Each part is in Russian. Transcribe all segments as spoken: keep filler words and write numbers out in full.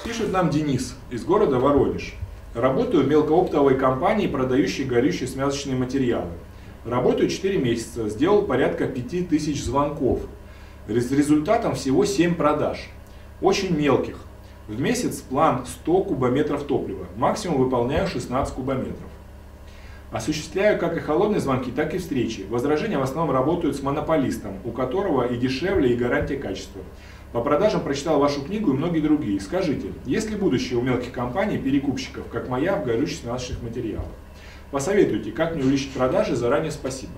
Пишет нам Денис из города Воронеж. Работаю в мелкооптовой компании, продающей горючие смазочные материалы. Работаю четыре месяца, сделал порядка пяти тысяч звонков. С результатом всего семь продаж. Очень мелких. В месяц план сто кубометров топлива. Максимум выполняю шестнадцать кубометров. Осуществляю как и холодные звонки, так и встречи. Возражения в основном работают с монополистом, у которого и дешевле, и гарантия качества. По продажам прочитал вашу книгу и многие другие. Скажите, есть ли будущее у мелких компаний, перекупщиков, как моя, в горючих смазочных материалах? Посоветуйте, как мне увеличить продажи, заранее спасибо.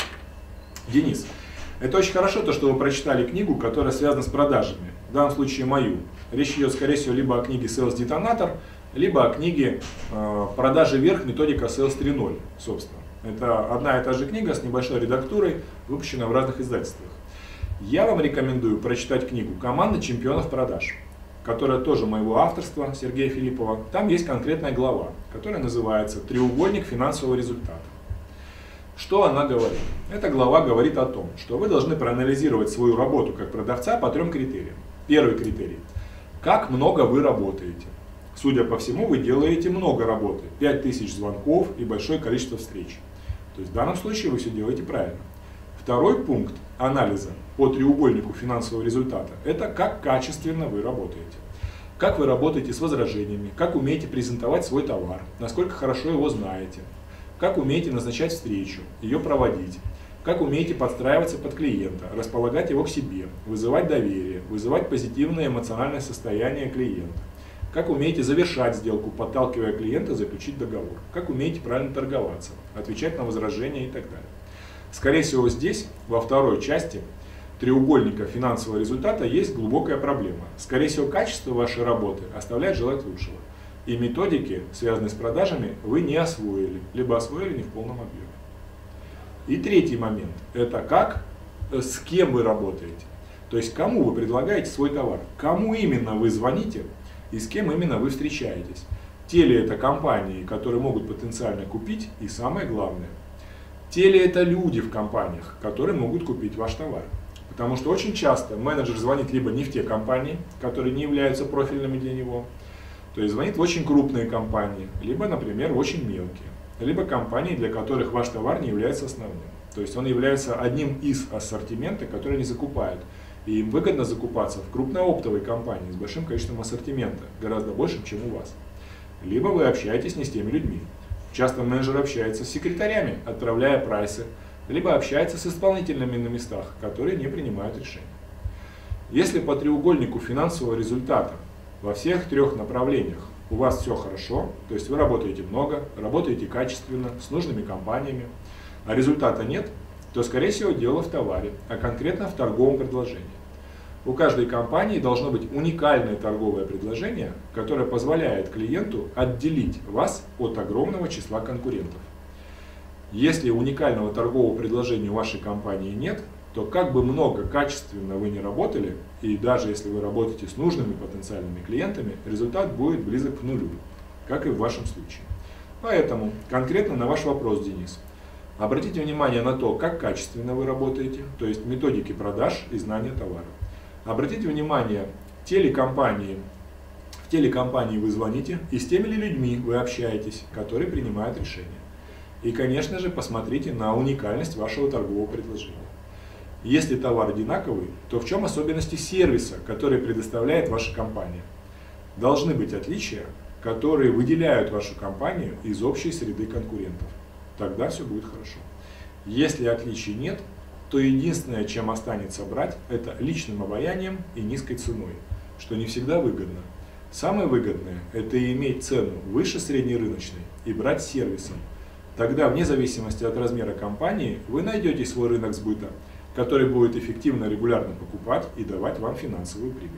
Денис, это очень хорошо, то, что вы прочитали книгу, которая связана с продажами. В данном случае мою. Речь идет, скорее всего, либо о книге Sales Detonator, либо о книге э, «Продажи вверх. Методика Sales три ноль», собственно. Это одна и та же книга с небольшой редактурой, выпущенная в разных издательствах. Я вам рекомендую прочитать книгу «Команда чемпионов продаж», которая тоже моего авторства, Сергея Филиппова. Там есть конкретная глава, которая называется «Треугольник финансового результата». Что она говорит? Эта глава говорит о том, что вы должны проанализировать свою работу как продавца по трем критериям. Первый критерий – как много вы работаете. Судя по всему, вы делаете много работы, пять тысяч звонков и большое количество встреч. То есть в данном случае вы все делаете правильно. Второй пункт анализа по треугольнику финансового результата – это как качественно вы работаете. Как вы работаете с возражениями, как умеете презентовать свой товар, насколько хорошо его знаете, как умеете назначать встречу, ее проводить, как умеете подстраиваться под клиента, располагать его к себе, вызывать доверие, вызывать позитивное эмоциональное состояние клиента, как умеете завершать сделку, подталкивая клиента заключить договор, как умеете правильно торговаться, отвечать на возражения и так далее. Скорее всего, здесь, во второй части треугольника финансового результата, есть глубокая проблема. Скорее всего, качество вашей работы оставляет желать лучшего. И методики, связанные с продажами, вы не освоили, либо освоили не в полном объеме. И третий момент – это как, с кем вы работаете. То есть, кому вы предлагаете свой товар, кому именно вы звоните и с кем именно вы встречаетесь. Те ли это компании, которые могут потенциально купить, и самое главное – те ли это люди в компаниях, которые могут купить ваш товар. Потому что очень часто менеджер звонит либо не в те компании, которые не являются профильными для него, то есть звонит в очень крупные компании, либо, например, в очень мелкие, либо компании, для которых ваш товар не является основным. То есть он является одним из ассортимента, который они закупают. И им выгодно закупаться в крупной оптовой компании с большим количеством ассортимента, гораздо большим, чем у вас. Либо вы общаетесь не с теми людьми. Часто менеджер общается с секретарями, отправляя прайсы, либо общается с исполнителями на местах, которые не принимают решения. Если по треугольнику финансового результата во всех трех направлениях у вас все хорошо, то есть вы работаете много, работаете качественно, с нужными компаниями, а результата нет, то, скорее всего, дело в товаре, а конкретно в торговом предложении. У каждой компании должно быть уникальное торговое предложение, которое позволяет клиенту отделить вас от огромного числа конкурентов. Если уникального торгового предложения у вашей компании нет, то как бы много качественно вы не работали, и даже если вы работаете с нужными потенциальными клиентами, результат будет близок к нулю, как и в вашем случае. Поэтому конкретно на ваш вопрос, Денис, обратите внимание на то, как качественно вы работаете, то есть методики продаж и знания товара. Обратите внимание, те ли компании, в те ли компании вы звоните и с теми ли людьми вы общаетесь, которые принимают решения. И, конечно же, посмотрите на уникальность вашего торгового предложения. Если товар одинаковый, то в чем особенности сервиса, который предоставляет ваша компания? Должны быть отличия, которые выделяют вашу компанию из общей среды конкурентов. Тогда все будет хорошо. Если отличий нет, то единственное, чем останется брать, это личным обаянием и низкой ценой, что не всегда выгодно. Самое выгодное – это иметь цену выше среднерыночной и брать сервисом. Тогда, вне зависимости от размера компании, вы найдете свой рынок сбыта, который будет эффективно регулярно покупать и давать вам финансовую прибыль.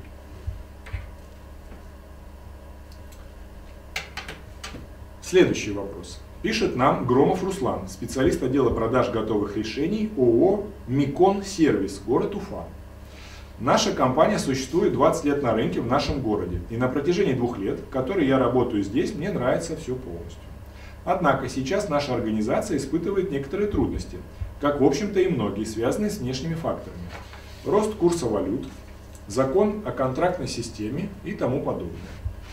Следующий вопрос. Пишет нам Громов Руслан, специалист отдела продаж готовых решений ООО «Микон Сервис», город Уфа. Наша компания существует двадцать лет на рынке в нашем городе, и на протяжении двух лет, которые я работаю здесь, мне нравится все полностью. Однако сейчас наша организация испытывает некоторые трудности, как в общем-то и многие, связанные с внешними факторами. Рост курса валют, закон о контрактной системе и тому подобное.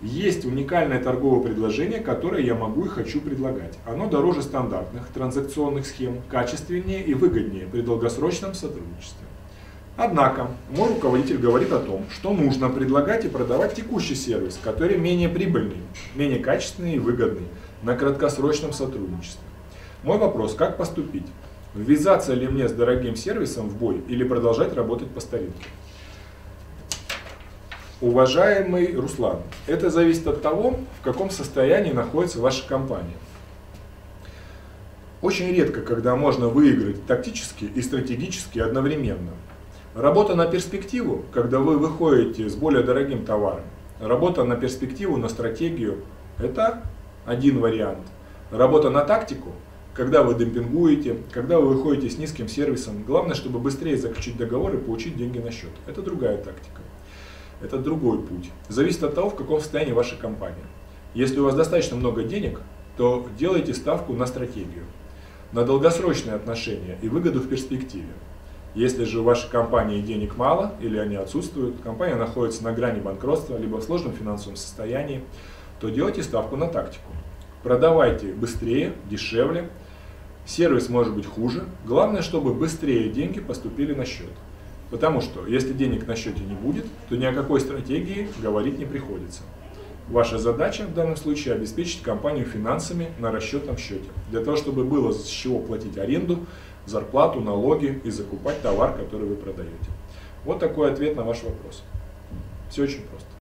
Есть уникальное торговое предложение, которое я могу и хочу предлагать. Оно дороже стандартных транзакционных схем, качественнее и выгоднее при долгосрочном сотрудничестве. Однако, мой руководитель говорит о том, что нужно предлагать и продавать текущий сервис, который менее прибыльный, менее качественный и выгодный на краткосрочном сотрудничестве. Мой вопрос: как поступить? Ввязаться ли мне с дорогим сервисом в бой или продолжать работать по старинке? Уважаемый Руслан, это зависит от того, в каком состоянии находится ваша компания. Очень редко, когда можно выиграть тактически и стратегически одновременно. Работа на перспективу, когда вы выходите с более дорогим товаром. Работа на перспективу, на стратегию – это один вариант. Работа на тактику, когда вы демпингуете, когда вы выходите с низким сервисом. Главное, чтобы быстрее заключить договор и получить деньги на счет. Это другая тактика. Это другой путь. Зависит от того, в каком состоянии ваша компания. Если у вас достаточно много денег, то делайте ставку на стратегию, на долгосрочные отношения и выгоду в перспективе. Если же у вашей компании денег мало или они отсутствуют, компания находится на грани банкротства, либо в сложном финансовом состоянии, то делайте ставку на тактику. Продавайте быстрее, дешевле, сервис может быть хуже. Главное, чтобы быстрее деньги поступили на счет. Потому что если денег на счете не будет, то ни о какой стратегии говорить не приходится. Ваша задача в данном случае обеспечить компанию финансами на расчетном счете, для того, чтобы было с чего платить аренду, зарплату, налоги и закупать товар, который вы продаете. Вот такой ответ на ваш вопрос. Все очень просто.